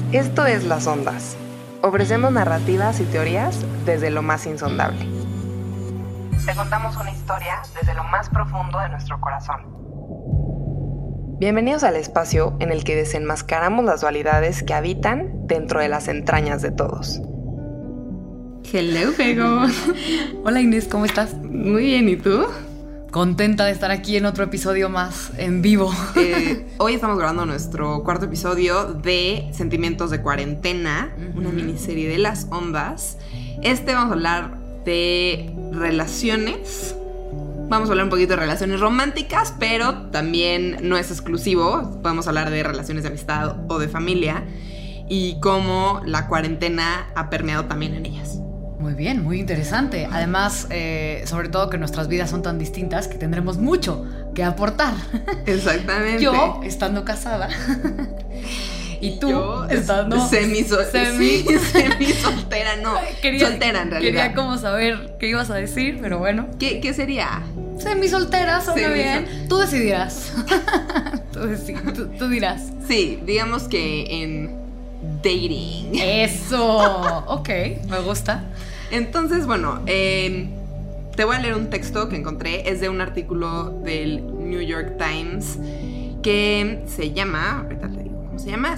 Esto es Las Ondas. Ofrecemos narrativas y teorías desde lo más insondable. Te contamos una historia desde lo más profundo de nuestro corazón. Bienvenidos al espacio en el que desenmascaramos las dualidades que habitan dentro de las entrañas de todos. Hello, Bego. Hola Inés, ¿cómo estás? Muy bien, ¿y tú? Contenta de estar aquí en otro episodio más en vivo. Hoy estamos grabando nuestro cuarto episodio de Sentimientos de Cuarentena, una miniserie de Las Ondas. Vamos a hablar de relaciones. Vamos a hablar un poquito de relaciones románticas, pero también no es exclusivo. Podemos hablar de relaciones de amistad o de familia y cómo la cuarentena ha permeado también en ellas. Muy bien, muy interesante. Además, sobre todo que nuestras vidas son tan distintas que tendremos mucho que aportar. Exactamente. Yo, estando casada, y tú, yo estando semi-soltera, no. Soltera, en realidad. Quería como saber qué ibas a decir, pero bueno. ¿Qué sería? Semi-soltera, suena bien. Tú decidirás. tú dirás. Sí, digamos que en dating. Eso. Ok, me gusta. Entonces, bueno, te voy a leer un texto que encontré. Es de un artículo del New York Times que se llama, ahorita te digo cómo se llama,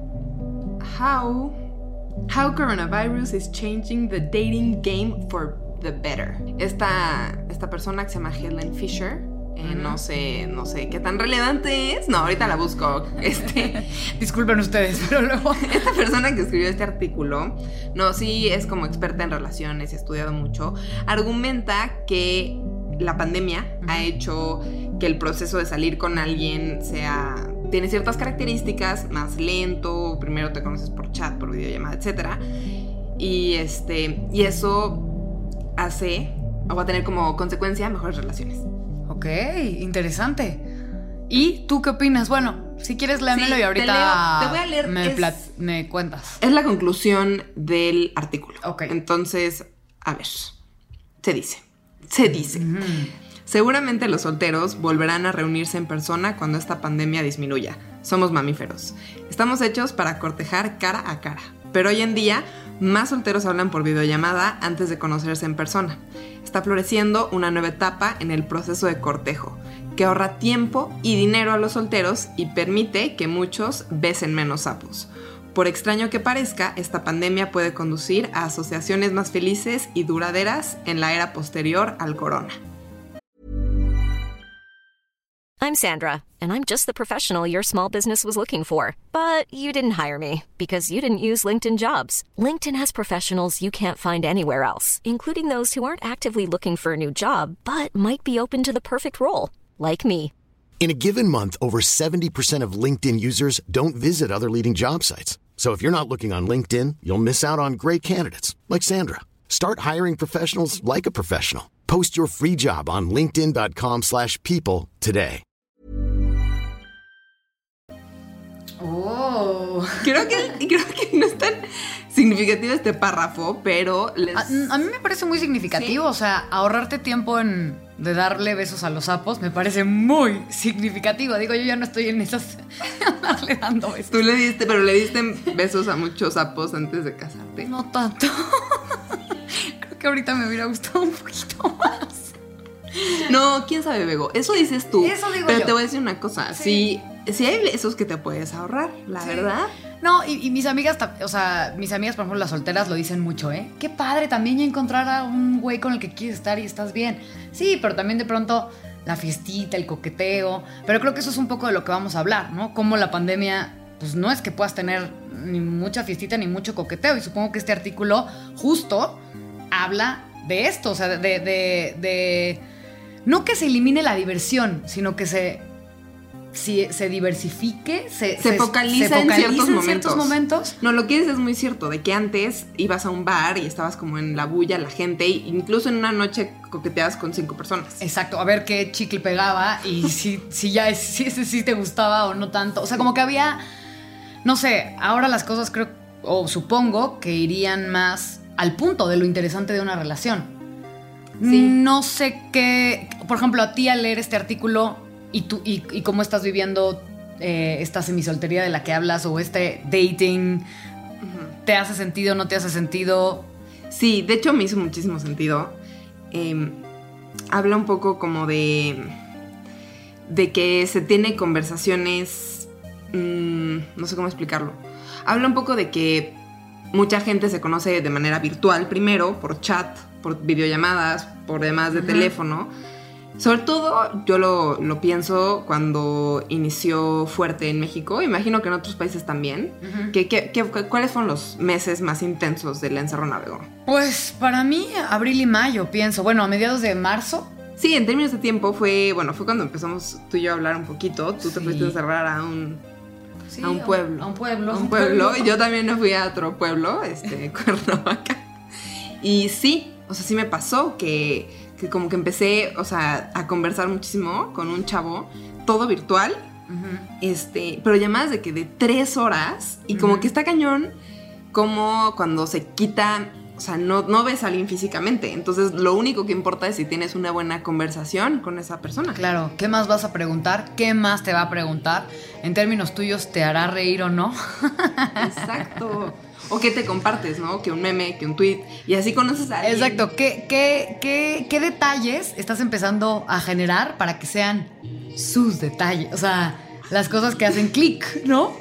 How Coronavirus is Changing the Dating Game for the Better. Esta persona que se llama Helen Fisher, no sé qué tan relevante es. No, ahorita la busco. Disculpen ustedes, pero luego esta persona que escribió este artículo, sí es como experta en relaciones y ha estudiado mucho, argumenta que la pandemia ha hecho que el proceso de salir con alguien tiene ciertas características, más lento, primero te conoces por chat, por videollamada, etc. Y eso hace, o va a tener como consecuencia, mejores relaciones. Ok, interesante. ¿Y tú qué opinas? Bueno, si quieres léemelo y ahorita te voy a leer, me cuentas. Es la conclusión del artículo. Ok. Entonces, a ver, se dice. Seguramente los solteros volverán a reunirse en persona cuando esta pandemia disminuya. Somos mamíferos. Estamos hechos para cortejar cara a cara. Pero hoy en día, más solteros hablan por videollamada antes de conocerse en persona. Está floreciendo una nueva etapa en el proceso de cortejo, que ahorra tiempo y dinero a los solteros y permite que muchos besen menos sapos. Por extraño que parezca, esta pandemia puede conducir a asociaciones más felices y duraderas en la era posterior al corona. I'm Sandra, and I'm just the professional your small business was looking for. But you didn't hire me because you didn't use LinkedIn Jobs. LinkedIn has professionals you can't find anywhere else, including those who aren't actively looking for a new job, but might be open to the perfect role, like me. In a given month, over 70% of LinkedIn users don't visit other leading job sites. So if you're not looking on LinkedIn, you'll miss out on great candidates like Sandra. Start hiring professionals like a professional. Post your free job on linkedin.com/people today. Oh. Creo que no es tan significativo este párrafo, pero a mí me parece muy significativo. ¿Sí? O sea, ahorrarte tiempo de darle besos a los sapos me parece muy significativo. Digo, yo ya no estoy en esas darle dando besos. Tú le diste besos a muchos sapos antes de casarte. No tanto. Creo que ahorita me hubiera gustado un poquito más. No, quién sabe, Bego. Eso dices tú. Eso digo pero yo. Te voy a decir una cosa. Sí. Si hay besos que te puedes ahorrar, la verdad. No, y mis amigas, por ejemplo, las solteras lo dicen mucho, ¿eh? Qué padre también ya encontrar a un güey con el que quieres estar y estás bien. Sí, pero también de pronto la fiestita, el coqueteo. Pero creo que eso es un poco de lo que vamos a hablar, ¿no? Cómo la pandemia, pues no es que puedas tener ni mucha fiestita ni mucho coqueteo. Y supongo que este artículo justo habla de esto, o sea, de no que se elimine la diversión, sino que se diversifique, se focaliza en ciertos momentos. No, lo que dices es muy cierto, de que antes ibas a un bar y estabas como en la bulla, la gente, e incluso en una noche coqueteabas con 5 personas. Exacto, a ver qué chicle pegaba y si ese sí te gustaba o no tanto. O sea, como que había, no sé, ahora las cosas creo, o supongo que irían más al punto de lo interesante de una relación. Sí. No sé qué, por ejemplo, a ti al leer este artículo y cómo estás viviendo esta semisoltería de la que hablas o este dating, ¿te hace sentido, no te hace sentido? Sí, de hecho me hizo muchísimo sentido. Habla un poco como de que se tiene conversaciones, no sé cómo explicarlo. Habla un poco de que mucha gente se conoce de manera virtual primero, por chat, por videollamadas, por demás de teléfono. Sobre todo yo lo pienso cuando inició fuerte en México. Imagino que en otros países también. ¿Cuáles fueron los meses más intensos de la encerrona, Bego? Pues para mí, abril y mayo, pienso. Bueno, a mediados de marzo. Sí, en términos de tiempo fue cuando empezamos tú y yo a hablar un poquito. Tú te fuiste a encerrar a un pueblo. A un pueblo. Y yo también me fui a otro pueblo, Cuernavaca. Y sí, o sea, sí me pasó que como que empecé, o sea, a conversar muchísimo con un chavo, todo virtual, pero llamadas de 3 horas, y como que está cañón, como cuando se quita, o sea, no ves a alguien físicamente, entonces lo único que importa es si tienes una buena conversación con esa persona. Claro, ¿qué más vas a preguntar? ¿Qué más te va a preguntar? En términos tuyos, ¿te hará reír o no? Exacto. O que te compartes, ¿no? Que un meme, que un tweet, y así conoces a alguien. Exacto. ¿Qué detalles estás empezando a generar para que sean sus detalles? O sea, las cosas que hacen clic, ¿no?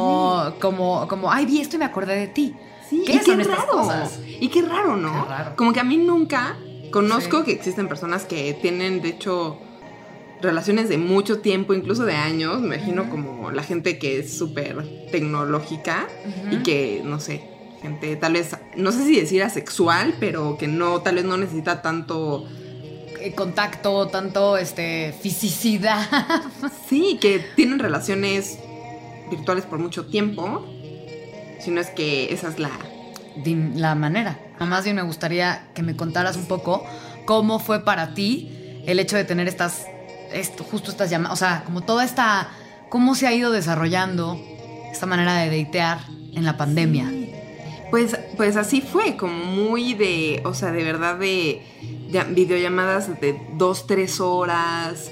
Como, ay, vi esto y me acordé de ti. Sí, ¿Qué son estas cosas? Y qué raro, ¿no? Qué raro. Como que a mí nunca conozco que existen personas que tienen, de hecho, relaciones de mucho tiempo, incluso de años. Me imagino como la gente que es súper tecnológica y que, no sé, gente tal vez, no sé si decir asexual, pero que tal vez no necesita tanto contacto, tanto fisicidad. Sí, que tienen relaciones virtuales por mucho tiempo, si no es que esa es la manera. Más bien me gustaría que me contaras un poco cómo fue para ti el hecho de tener justo estas llamadas, o sea, como toda esta, cómo se ha ido desarrollando esta manera de datear en la pandemia. Pues así fue, como muy de, o sea, de verdad de videollamadas de 2-3 horas,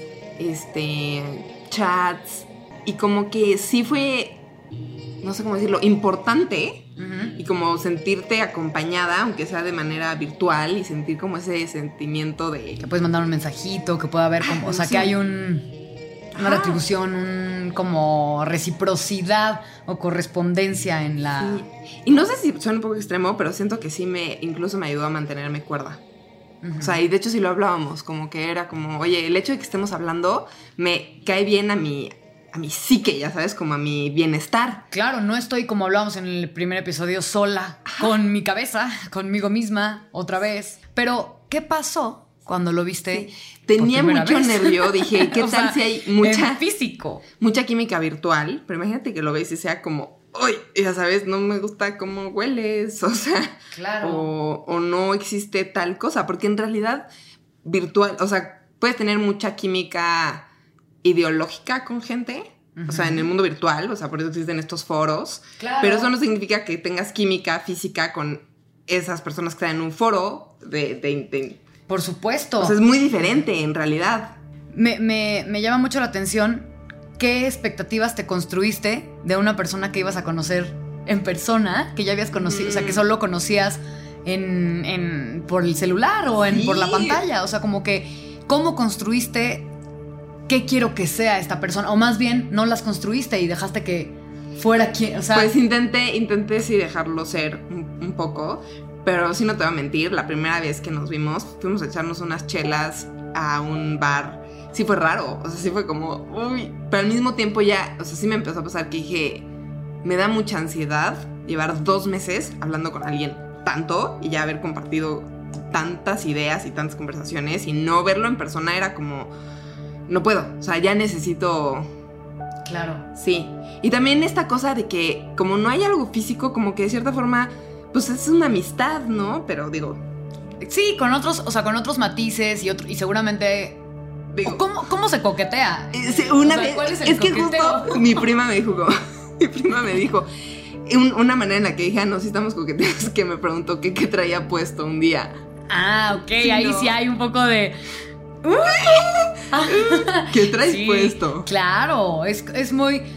chats, y como que sí fue, no sé cómo decirlo, importante, y como sentirte acompañada, aunque sea de manera virtual, y sentir como ese sentimiento de... Que puedes mandar un mensajito, que puede haber como, o sea, sí, que hay una retribución, como reciprocidad o correspondencia en la... Sí. Y no sé si suena un poco extremo, pero siento que sí incluso me ayudó a mantenerme cuerda. O sea, y de hecho sí lo hablábamos, como que era como, oye, el hecho de que estemos hablando me cae bien a mi psique, ya sabes, como a mi bienestar. Claro, no estoy, como hablábamos en el primer episodio, sola, con mi cabeza, conmigo misma, otra vez. Pero, ¿qué pasó cuando lo viste? Sí. Tenía mucho nervio, dije, ¿qué tal si hay mucha... en físico. Mucha química virtual, pero imagínate que lo ves y sea como, ¡ay! Ya sabes, no me gusta cómo hueles, o sea... Claro. O no existe tal cosa, porque en realidad virtual, o sea, puedes tener mucha química ideológica con gente, o sea, en el mundo virtual, o sea, por eso existen estos foros, claro, pero eso no significa que tengas química física con esas personas que están en un foro de Por supuesto. O sea, es muy diferente en realidad. Me llama mucho la atención qué expectativas te construiste de una persona que ibas a conocer en persona, que ya habías conocido, o sea, que solo conocías por el celular o por la pantalla, o sea, como que cómo construiste qué quiero que sea esta persona, o más bien no las construiste y dejaste que fuera quien, o sea... Pues intenté sí dejarlo ser un poco, pero sí no te voy a mentir, la primera vez que nos vimos, fuimos a echarnos unas chelas a un bar, sí fue raro, o sea, sí fue como, uy, pero al mismo tiempo ya, o sea, sí me empezó a pasar que dije, me da mucha ansiedad llevar 2 meses hablando con alguien tanto y ya haber compartido tantas ideas y tantas conversaciones y no verlo en persona era como... No puedo, o sea, ya necesito... Claro. Sí. Y también esta cosa de que como no hay algo físico, como que de cierta forma, pues es una amistad, ¿no? Pero digo... Sí, con otros matices y seguramente... Digo, ¿Cómo se coquetea? ¿Cuál es el coqueteo? Que justo mi prima me dijo, una manera en la que dije, no, sí estamos coqueteando, es que me preguntó qué traía puesto un día. Ah, ok, sí, ahí no. Sí hay un poco de... ¿Qué traes puesto? Claro, es muy...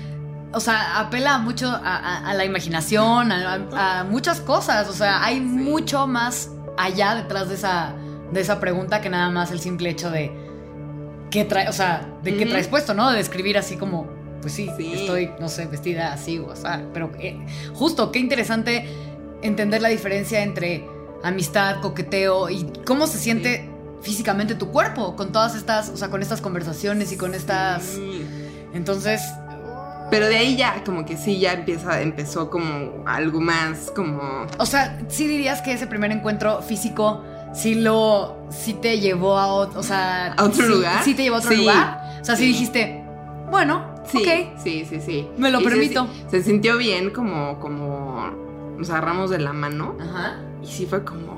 o sea, apela mucho a la imaginación, a muchas cosas. O sea, hay mucho más allá detrás de esa pregunta que nada más el simple hecho de qué trae, o sea, de qué traes puesto, ¿no? De describir así como, pues sí, estoy, no sé, vestida así, o sea, pero justo, qué interesante entender la diferencia entre amistad, coqueteo y cómo se siente físicamente tu cuerpo con todas estas, o sea, con estas conversaciones y con estas... Entonces... Pero de ahí ya, como que sí, ya empezó como algo más, como... O sea, ¿sí dirías que ese primer encuentro físico sí te llevó a otro lugar? ¿Sí te llevó a otro lugar? O sea, sí dijiste, bueno, sí, ok. Sí. Me lo permito. Se sintió bien como nos agarramos de la mano. Ajá. Y sí fue como,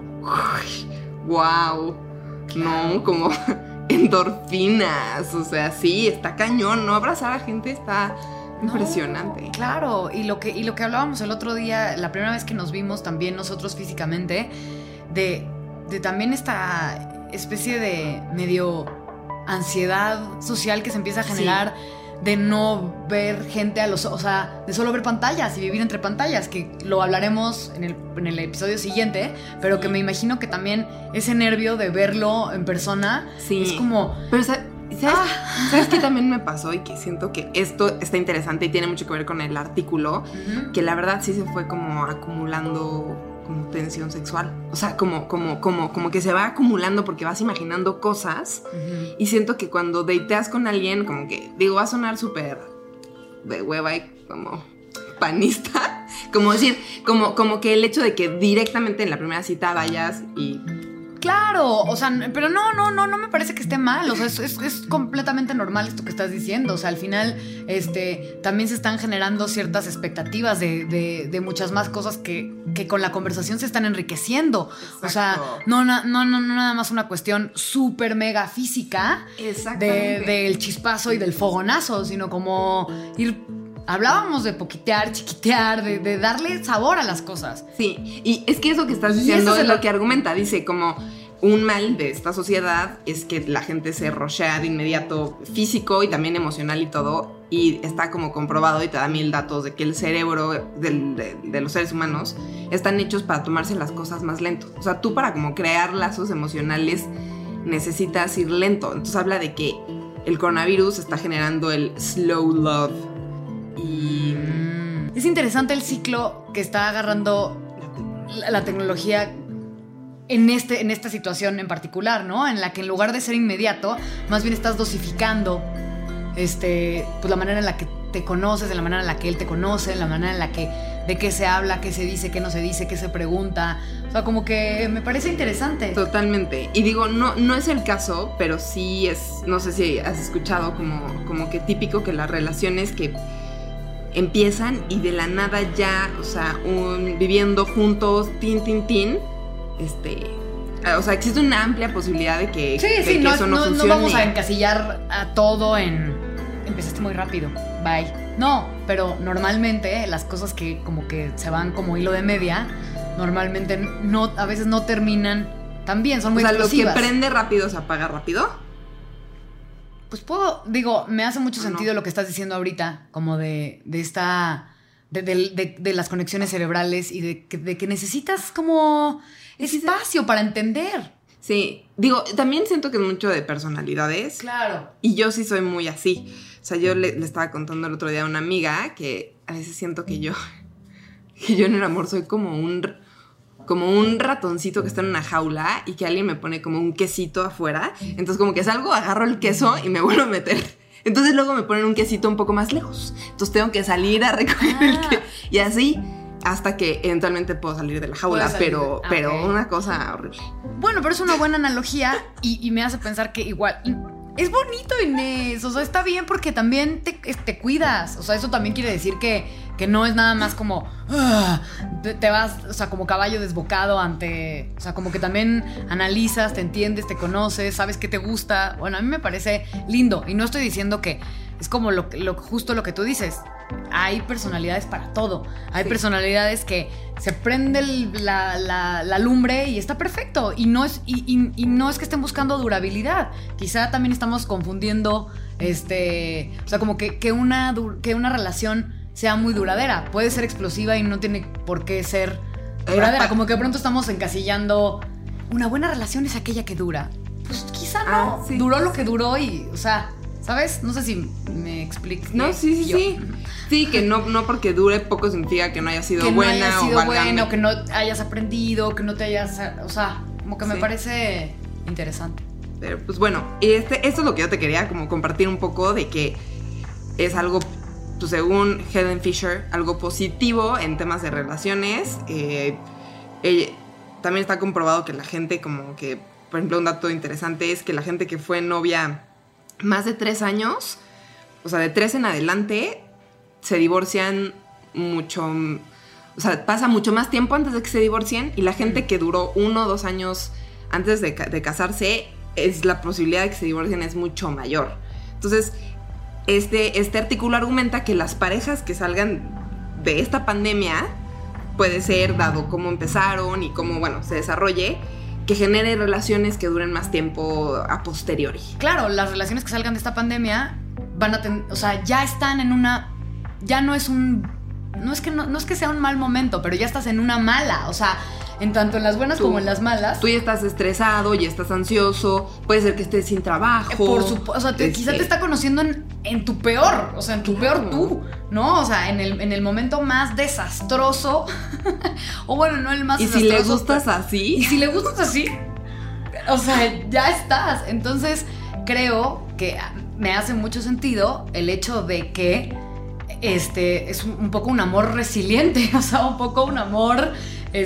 wow, no, como endorfinas, o sea, sí, está cañón, ¿no? Abrazar a gente está... impresionante. Claro, y lo que hablábamos el otro día, la primera vez que nos vimos también nosotros físicamente, de también esta especie de medio ansiedad social que se empieza a generar de no ver gente o sea, de solo ver pantallas y vivir entre pantallas, que lo hablaremos en el episodio siguiente, pero que me imagino que también ese nervio de verlo en persona es como... Pero ¿sabes qué también me pasó? Y que siento que esto está interesante y tiene mucho que ver con el artículo, que la verdad sí se fue como acumulando como tensión sexual. O sea, como que se va acumulando porque vas imaginando cosas. Y siento que cuando dateas con alguien, como que, digo, va a sonar súper de hueva y como panista. Como decir, como que el hecho de que directamente en la primera cita vayas y... Claro, o sea, pero no me parece que esté mal, o sea, es completamente normal esto que estás diciendo, o sea, al final, también se están generando ciertas expectativas de muchas más cosas que con la conversación se están enriqueciendo. Exacto. O sea, no nada más una cuestión súper mega física del chispazo y del fogonazo, sino como hablábamos de poquitear, chiquitear, de darle sabor a las cosas. Sí, y es que eso que estás diciendo es lo que argumenta. Dice como un mal de esta sociedad es que la gente se rushea de inmediato físico y también emocional y todo. Y está como comprobado y te da 1000 datos de que el cerebro de los seres humanos están hechos para tomarse las cosas más lento. O sea, tú para como crear lazos emocionales necesitas ir lento. Entonces habla de que el coronavirus está generando el slow love. Y es interesante el ciclo que está agarrando la tecnología en esta situación en particular, ¿no? En la que en lugar de ser inmediato, más bien estás dosificando pues la manera en la que te conoces, de la manera en la que él te conoce, la manera en la que de qué se habla, qué se dice, qué no se dice, qué se pregunta. O sea, como que me parece interesante. Totalmente. Y digo, no es el caso, pero sí es, no sé si has escuchado como que típico que las relaciones que empiezan y de la nada ya, o sea, viviendo juntos, o sea, existe una amplia posibilidad de que, que eso no funcione. No vamos a encasillar a todo empezaste muy rápido, bye. No, pero normalmente las cosas que como que se van como hilo de media, normalmente a veces no terminan tan bien, son muy explosivas. Lo que prende rápido se apaga rápido. Pues me hace mucho sentido lo que estás diciendo ahorita, como de las conexiones cerebrales y de que necesitas como espacio para entender. Sí, digo, también siento que es mucho de personalidades. Claro. Y yo sí soy muy así. O sea, yo le estaba contando el otro día a una amiga que a veces siento que yo en el amor soy como un ratoncito que está en una jaula y que alguien me pone como un quesito afuera. Entonces como que salgo, agarro el queso y me vuelvo a meter. Entonces luego me ponen un quesito un poco más lejos. Entonces tengo que salir a recoger el queso. Y así hasta que eventualmente puedo salir de la jaula. Pero una cosa horrible. Bueno, pero es una buena analogía y me hace pensar que igual... Es bonito, Inés, o sea, está bien porque también te cuidas. O sea, eso también quiere decir que no es nada más como te vas, o sea, como caballo desbocado ante... O sea, como que también analizas, te entiendes, te conoces, sabes qué te gusta. Bueno, a mí me parece lindo y no estoy diciendo que es como justo lo que tú dices. Hay personalidades para todo. Hay personalidades que se prende la lumbre y está perfecto. Y no es que estén buscando durabilidad. Quizá también estamos confundiendo, o sea, como que una relación sea muy duradera. Puede ser explosiva y no tiene por qué ser duradera. Como que de pronto estamos encasillando, una buena relación es aquella que dura. Pues quizá no. Sí. Duró lo que duró y, o sea, ¿sabes? No sé si me explico. No, sí. Sí, que no porque dure poco significa que no haya sido buena. Que no haya sido bueno, que no hayas aprendido, que no te hayas... O sea, como que me parece interesante. Pero pues bueno, esto es lo que yo te quería como compartir un poco de que es algo, pues, según Helen Fisher, algo positivo en temas de relaciones. También está comprobado que la gente como que, por ejemplo, un dato interesante es que la gente que fue novia más de 3 años, o sea, de 3 en adelante, se divorcian mucho, o sea, pasa mucho más tiempo antes de que se divorcien, y la gente que duró 1 o 2 años antes de casarse, la posibilidad de que se divorcien es mucho mayor. Entonces, este artículo argumenta que las parejas que salgan de esta pandemia puede ser, dado cómo empezaron y cómo, bueno, se desarrolle, que genere relaciones que duren más tiempo a posteriori. Claro, las relaciones que salgan de esta pandemia van a o sea, ya están en una... Ya no es que sea un mal momento, pero ya estás en una mala, o sea, en tanto en las buenas como en las malas. Tú ya estás estresado, ya estás ansioso, puede ser que estés sin trabajo. Por supuesto, o sea, quizá te está conociendo en tu peor, o sea, en tu peor tú, ¿no? O sea, en el momento más desastroso, o bueno, no el más desastroso. ¿Y si le gustas así? Y si le gustas así, o sea, ya estás. Entonces, creo que me hace mucho sentido el hecho de que es un poco un amor resiliente, o sea, un poco un amor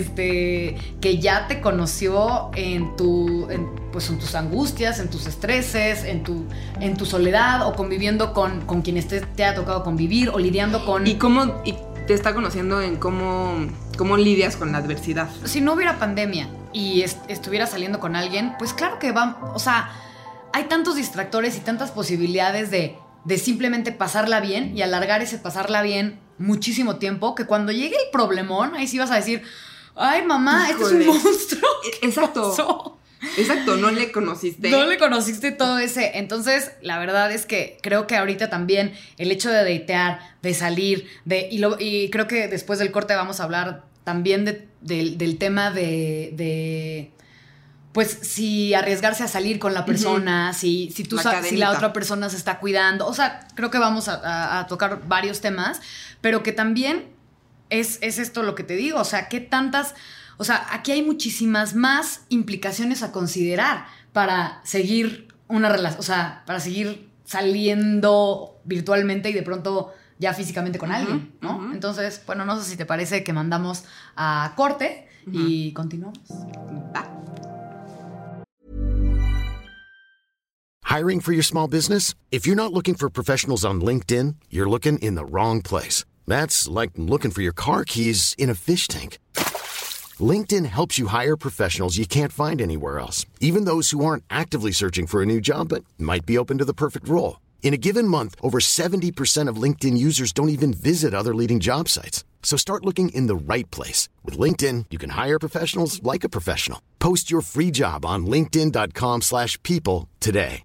que ya te conoció en tus angustias, en tus estreses, en tu soledad, o conviviendo con quienes te ha tocado convivir, o lidiando con... Y te está conociendo en cómo lidias con la adversidad. Si no hubiera pandemia y estuviera saliendo con alguien, pues claro que o sea, hay tantos distractores y tantas posibilidades de simplemente pasarla bien y alargar ese pasarla bien muchísimo tiempo, que cuando llegue el problemón, ahí sí vas a decir, ay, mamá, este es un monstruo. Exacto. Pasó? Exacto, no le conociste. No le conociste todo ese. Entonces, la verdad es que creo que ahorita también el hecho de datear, de salir, y creo que después del corte vamos a hablar también del tema de pues si arriesgarse a salir con la persona, si la otra persona se está cuidando. O sea, creo que vamos a tocar varios temas, pero que también es esto lo que te digo. O sea, ¿qué tantas...? O sea, aquí hay muchísimas más implicaciones a considerar para seguir una relación, o sea, para seguir saliendo virtualmente y de pronto ya físicamente con alguien, ¿no? Entonces, bueno, no sé si te parece que mandamos a corte y continuamos. Hiring for your small business? If you're not looking for professionals on LinkedIn, you're looking in the wrong place. That's like looking for your car keys in a fish tank. LinkedIn helps you hire professionals you can't find anywhere else, even those who aren't actively searching for a new job but might be open to the perfect role. In a given month, over 70% of LinkedIn users don't even visit other leading job sites. So start looking in the right place. With LinkedIn, you can hire professionals like a professional. Post your free job on linkedin.com/people today.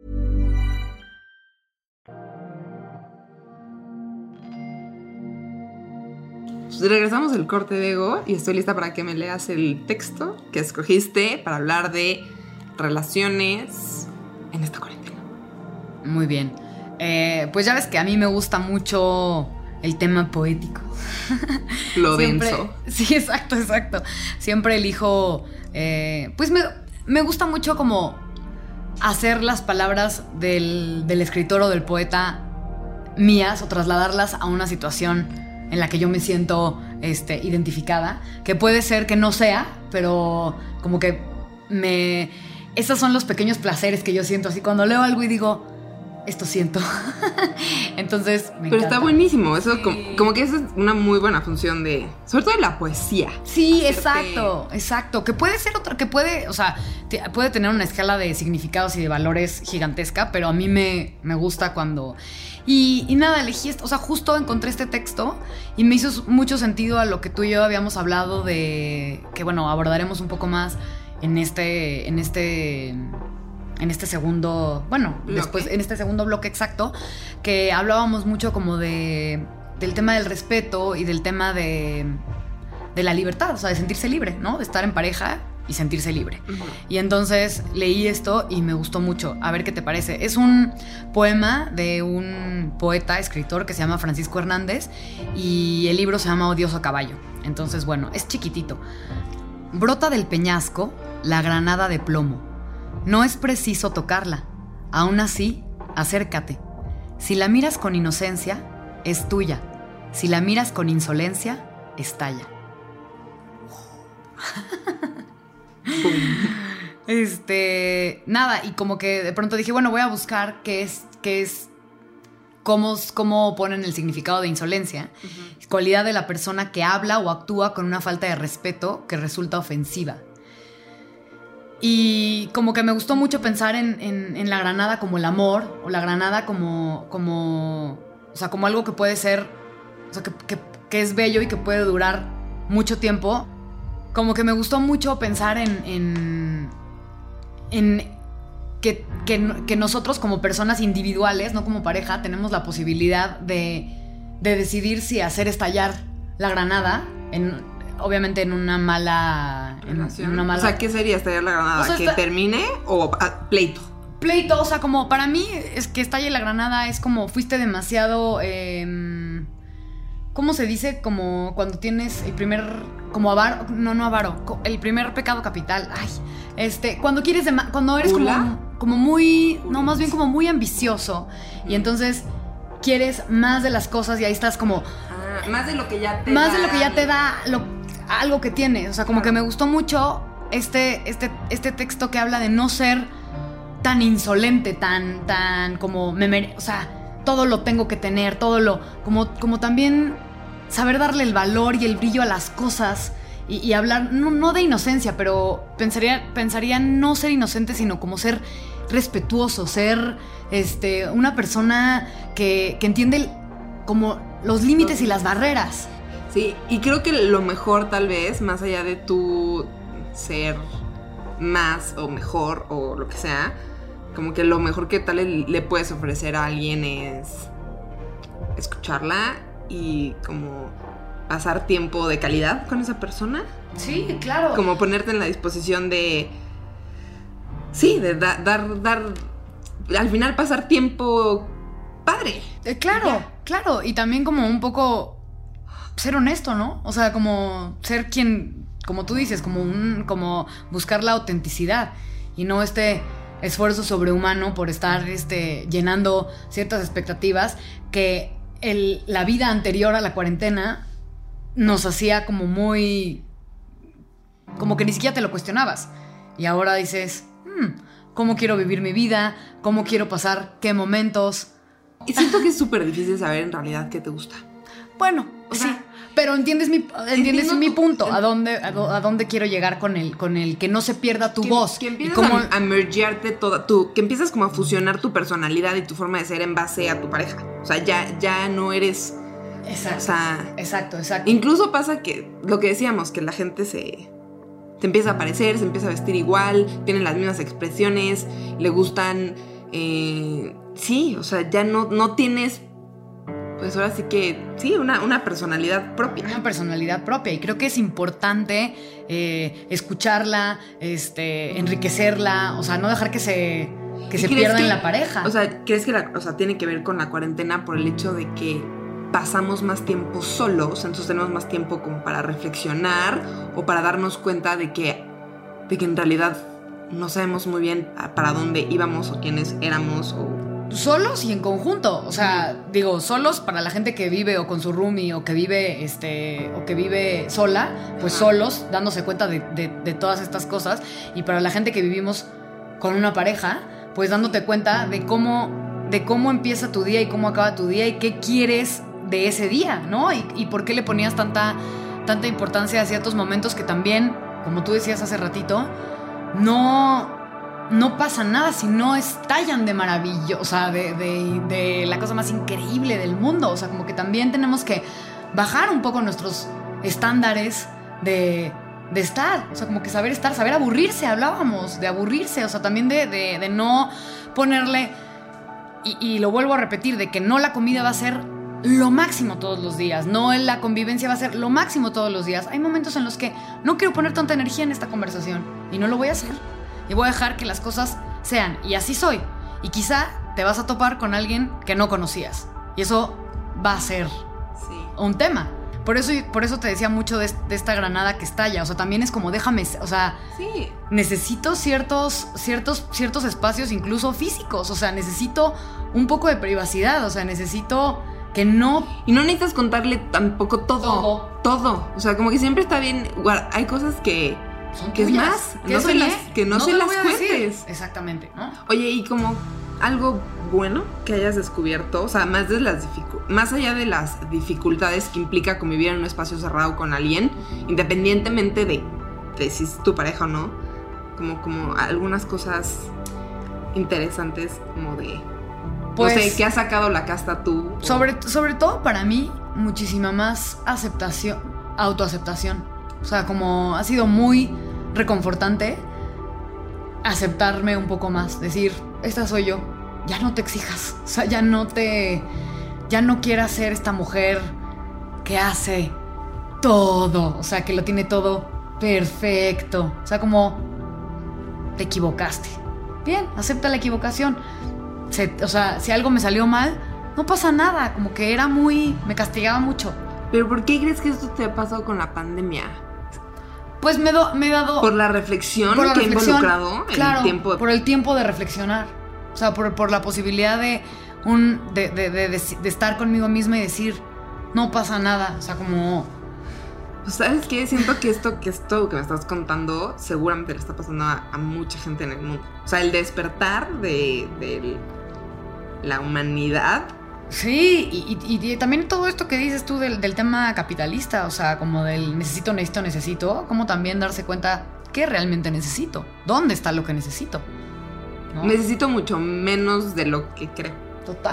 Regresamos del corte de Ego y estoy lista para que me leas el texto que escogiste para hablar de relaciones en esta cuarentena. Muy bien. Pues ya ves que a mí me gusta mucho el tema poético. Lo denso. Sí, exacto. Siempre elijo... pues me gusta mucho como hacer las palabras del escritor o del poeta mías o trasladarlas a una situación en la que yo me siento identificada, que puede ser que no sea, pero como que esos son los pequeños placeres que yo siento, así cuando leo algo y digo, esto siento. Entonces me Pero encanta. Está buenísimo, eso sí. como que esa es una muy buena función sobre todo de la poesía. Sí, exacto, que puede ser otra, que puede, o sea, puede tener una escala de significados y de valores gigantesca, pero a mí me gusta cuando... Y nada, elegí esto, o sea, justo encontré este texto y me hizo mucho sentido a lo que tú y yo habíamos hablado de, que bueno, abordaremos un poco más en este segundo, bueno, bloque. Después en este segundo bloque exacto, que hablábamos mucho como de del tema del respeto y del tema de la libertad, o sea, de sentirse libre, ¿no? De estar en pareja y sentirse libre. Uh-huh. Y entonces leí esto y me gustó mucho. A ver qué te parece. Es un poema de un poeta, escritor que se llama Francisco Hernández y el libro se llama Odioso Caballo. Entonces, bueno, es chiquitito. Brota del peñasco la granada de plomo. No es preciso tocarla. Aún así, acércate. Si la miras con inocencia, es tuya. Si la miras con insolencia, estalla. Nada, y como que de pronto dije, bueno, voy a buscar qué es cómo ponen el significado de insolencia. Uh-huh. Cualidad de la persona que habla o actúa con una falta de respeto que resulta ofensiva. Y como que me gustó mucho pensar en la granada como el amor, o la granada como o sea, como algo que puede ser, o sea, que es bello y que puede durar mucho tiempo. Como que me gustó mucho pensar en que nosotros como personas individuales, no como pareja, tenemos la posibilidad de decidir si hacer estallar la granada, obviamente en una mala relación. O sea, ¿qué sería estallar la granada? O sea, ¿que termine o pleito? Pleito, o sea, como para mí es que estalle la granada es como fuiste demasiado... ¿cómo se dice? Como cuando tienes el primer... Como avaro... No avaro. El primer pecado capital. Ay, cuando quieres... Cuando eres como muy... ¿Ula? No, más bien como muy ambicioso. Y entonces quieres más de las cosas y ahí estás como... más de lo que ya te más da. De lo que ya te da algo que tienes. O sea, como que me gustó mucho este texto que habla de no ser tan insolente, tan como... o sea... todo lo tengo que tener, como también saber darle el valor y el brillo a las cosas y hablar, no de inocencia, pero pensaría no ser inocente, sino como ser respetuoso, ser una persona que entiende como los límites y las barreras. Sí, y creo que lo mejor tal vez, más allá de tú ser más o mejor o lo que sea, como que lo mejor que tal le puedes ofrecer a alguien es escucharla y como pasar tiempo de calidad con esa persona. Sí, claro. Como ponerte en la disposición de... Sí, de dar... Al final pasar tiempo padre. Claro. Y también como un poco ser honesto, ¿no? O sea, como ser quien... Como tú dices, como buscar la autenticidad y no esfuerzo sobrehumano por estar llenando ciertas expectativas que la vida anterior a la cuarentena nos hacía como muy... como que ni siquiera te lo cuestionabas. Y ahora dices, ¿cómo quiero vivir mi vida? ¿Cómo quiero pasar qué momentos? Y siento que es súper difícil saber en realidad qué te gusta. Bueno, sí. Pero entiendes mi punto, a dónde quiero llegar con el que no se pierda tu voz. Que empiezas a mergearte que empiezas como a fusionar tu personalidad y tu forma de ser en base a tu pareja. O sea, ya no eres... Exacto. O sea, exacto. Incluso pasa que lo que decíamos, que la gente te empieza a parecer, se empieza a vestir igual, tienen las mismas expresiones, le gustan... sí, o sea, ya no tienes... Pues ahora sí que, sí, una personalidad propia. Una personalidad propia. Y creo que es importante escucharla, enriquecerla. O sea, no dejar que se pierda en la pareja. O sea, ¿crees que tiene que ver con la cuarentena por el hecho de que pasamos más tiempo solos? Entonces tenemos más tiempo como para reflexionar o para darnos cuenta de que en realidad no sabemos muy bien para dónde íbamos o quiénes éramos o... Solos y en conjunto, o sea, digo, solos para la gente que vive o con su roomie o que vive sola, pues solos, dándose cuenta de todas estas cosas, y para la gente que vivimos con una pareja, pues dándote cuenta de cómo empieza tu día y cómo acaba tu día y qué quieres de ese día, ¿no? Y por qué le ponías tanta importancia a ciertos momentos que también, como tú decías hace ratito, no pasa nada si no estallan de maravilla, o sea, de la cosa más increíble del mundo. O sea, como que también tenemos que bajar un poco nuestros estándares de estar. O sea, como que saber estar, saber aburrirse, hablábamos de aburrirse. O sea, también de no ponerle, y lo vuelvo a repetir, de que no la comida va a ser lo máximo todos los días. No, la convivencia va a ser lo máximo todos los días. Hay momentos en los que no quiero poner tanta energía en esta conversación y no lo voy a hacer. Y voy a dejar que las cosas sean. Y así soy. Y quizá te vas a topar con alguien que no conocías. Y eso va a ser un tema. Por eso te decía mucho de esta granada que estalla. O sea, también es como déjame, o sea, necesito ciertos espacios incluso físicos. O sea, necesito un poco de privacidad. O sea, necesito que no... Y no necesitas contarle tampoco todo. O sea, como que siempre está bien. Hay cosas que es más, que no se las cuentes. Exactamente, ¿no? Oye, y como algo bueno que hayas descubierto, o sea, más allá de las dificultades que implica convivir en un espacio cerrado con alguien, independientemente de si es tu pareja o no, como algunas cosas interesantes, como de... Pues, no sé, ¿qué has sacado la casta tú? Sobre todo para mí, muchísima más autoaceptación. O sea, como ha sido muy reconfortante aceptarme un poco más. Decir, esta soy yo, ya no te exijas. O sea, ya no quieras ser esta mujer que hace todo. O sea, que lo tiene todo perfecto. O sea, como te equivocaste. Bien, acepta la equivocación. O sea, si algo me salió mal, no pasa nada. Como que me castigaba mucho. ¿Pero por qué crees que esto te ha pasado con la pandemia? Pues me he dado... ¿Por la reflexión que ha involucrado claro, el tiempo? Por el tiempo de reflexionar. O sea, por la posibilidad de estar conmigo misma y decir, no pasa nada. O sea, como... Pues, ¿sabes qué? Siento que esto que me estás contando seguramente le está pasando a mucha gente en el mundo. O sea, el despertar de la humanidad. Sí, y también todo esto que dices tú del tema capitalista, o sea, como del necesito, como también darse cuenta qué realmente necesito, dónde está lo que necesito, ¿no? Necesito mucho menos de lo que creo. Total.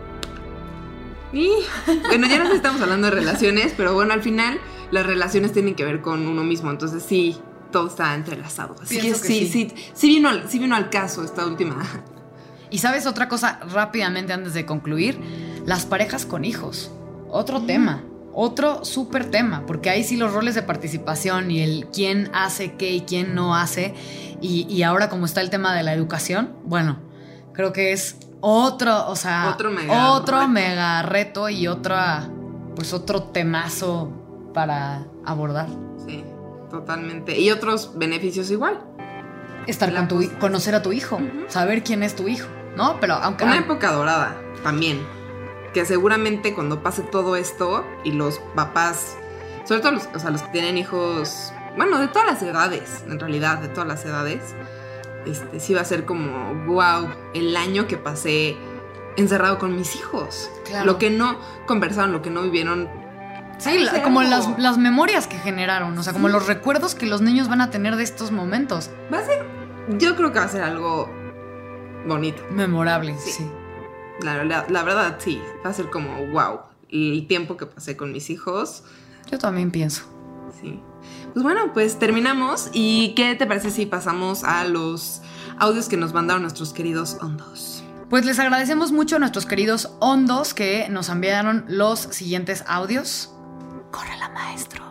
Y bueno, ya no estamos hablando de relaciones, pero bueno, al final las relaciones tienen que ver con uno mismo, entonces sí, todo está entrelazado. Así que sí vino al caso esta última. Y sabes otra cosa rápidamente antes de concluir, las parejas con hijos, otro tema, otro súper tema, porque ahí sí los roles de participación y el quién hace qué y quién no hace, y ahora como está el tema de la educación, bueno, creo que es otro mega reto y otro temazo para abordar. Sí, totalmente. Y otros beneficios igual. Estar conocer a tu hijo, saber quién es tu hijo, ¿no? Pero aunque... Una época dorada también, que seguramente cuando pase todo esto y los papás, sobre todo los que tienen hijos, bueno, de todas las edades, en realidad, de todas las edades, sí va a ser como, wow, el año que pasé encerrado con mis hijos. Claro. Lo que no conversaron, lo que no vivieron. Sí, como las memorias que generaron, o sea, como los recuerdos que los niños van a tener de estos momentos. Yo creo que va a ser algo bonito. Memorable, sí. La verdad, sí. Va a ser como, wow, el tiempo que pasé con mis hijos. Yo también pienso. Sí. Pues bueno, pues terminamos. ¿Y qué te parece si pasamos a los audios que nos mandaron nuestros queridos hondos? Pues les agradecemos mucho a nuestros queridos hondos que nos enviaron los siguientes audios. ¡Córrela, maestro!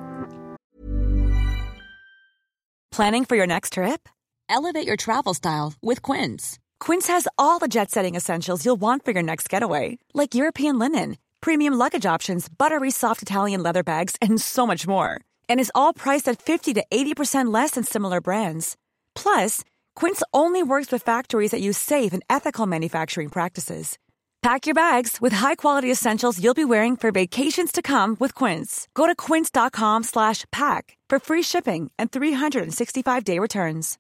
Planning for your next trip? Elevate your travel style with Quince. Quince has all the jet-setting essentials you'll want for your next getaway, like European linen, premium luggage options, buttery soft Italian leather bags, and so much more. And is all priced at 50 to 80% less than similar brands. Plus, Quince only works with factories that use safe and ethical manufacturing practices. Pack your bags with high-quality essentials you'll be wearing for vacations to come with Quince. Go to quince.com/pack for free shipping and 365-day returns.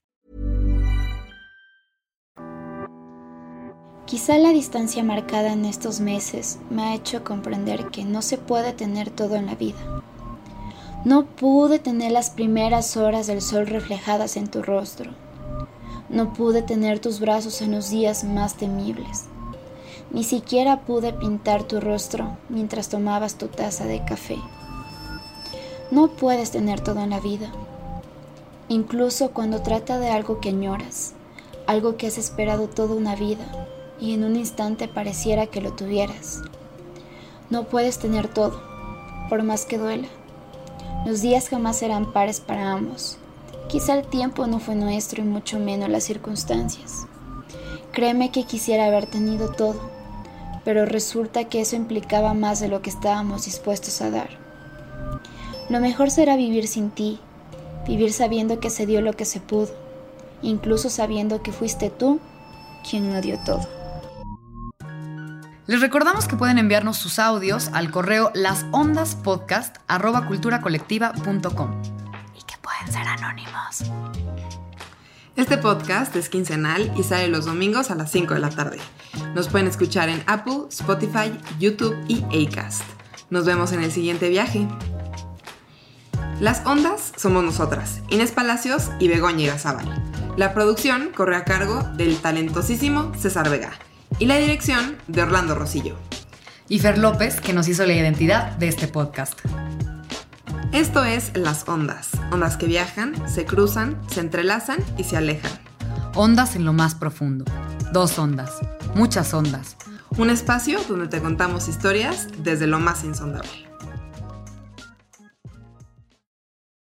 Quizá la distancia marcada en estos meses me ha hecho comprender que no se puede tener todo en la vida. No pude tener las primeras horas del sol reflejadas en tu rostro. No pude tener tus brazos en los días más temibles. Ni siquiera pude pintar tu rostro mientras tomabas tu taza de café. No puedes tener todo en la vida. Incluso cuando trata de algo que añoras, algo que has esperado toda una vida y en un instante pareciera que lo tuvieras. No puedes tener todo, por más que duela. Los días jamás serán pares para ambos. Quizá el tiempo no fue nuestro y mucho menos las circunstancias. Créeme que quisiera haber tenido todo, pero resulta que eso implicaba más de lo que estábamos dispuestos a dar. Lo mejor será vivir sin ti, vivir sabiendo que se dio lo que se pudo, incluso sabiendo que fuiste tú quien no dio todo. Les recordamos que pueden enviarnos sus audios al correo lasondaspodcast@culturacolectiva.com y que pueden ser anónimos. Este podcast es quincenal y sale los domingos a las 5 de la tarde. Nos pueden escuchar en Apple, Spotify, YouTube y Acast. Nos vemos en el siguiente viaje. Las ondas somos nosotras, Inés Palacios y Begoña Igazábal. La producción corre a cargo del talentosísimo César Vega y la dirección de Orlando Rosillo. Y Fer López, que nos hizo la identidad de este podcast. Esto es Las Ondas. Ondas que viajan, se cruzan, se entrelazan y se alejan. Ondas en lo más profundo. 2 ondas. Muchas ondas. Un espacio donde te contamos historias desde lo más insondable.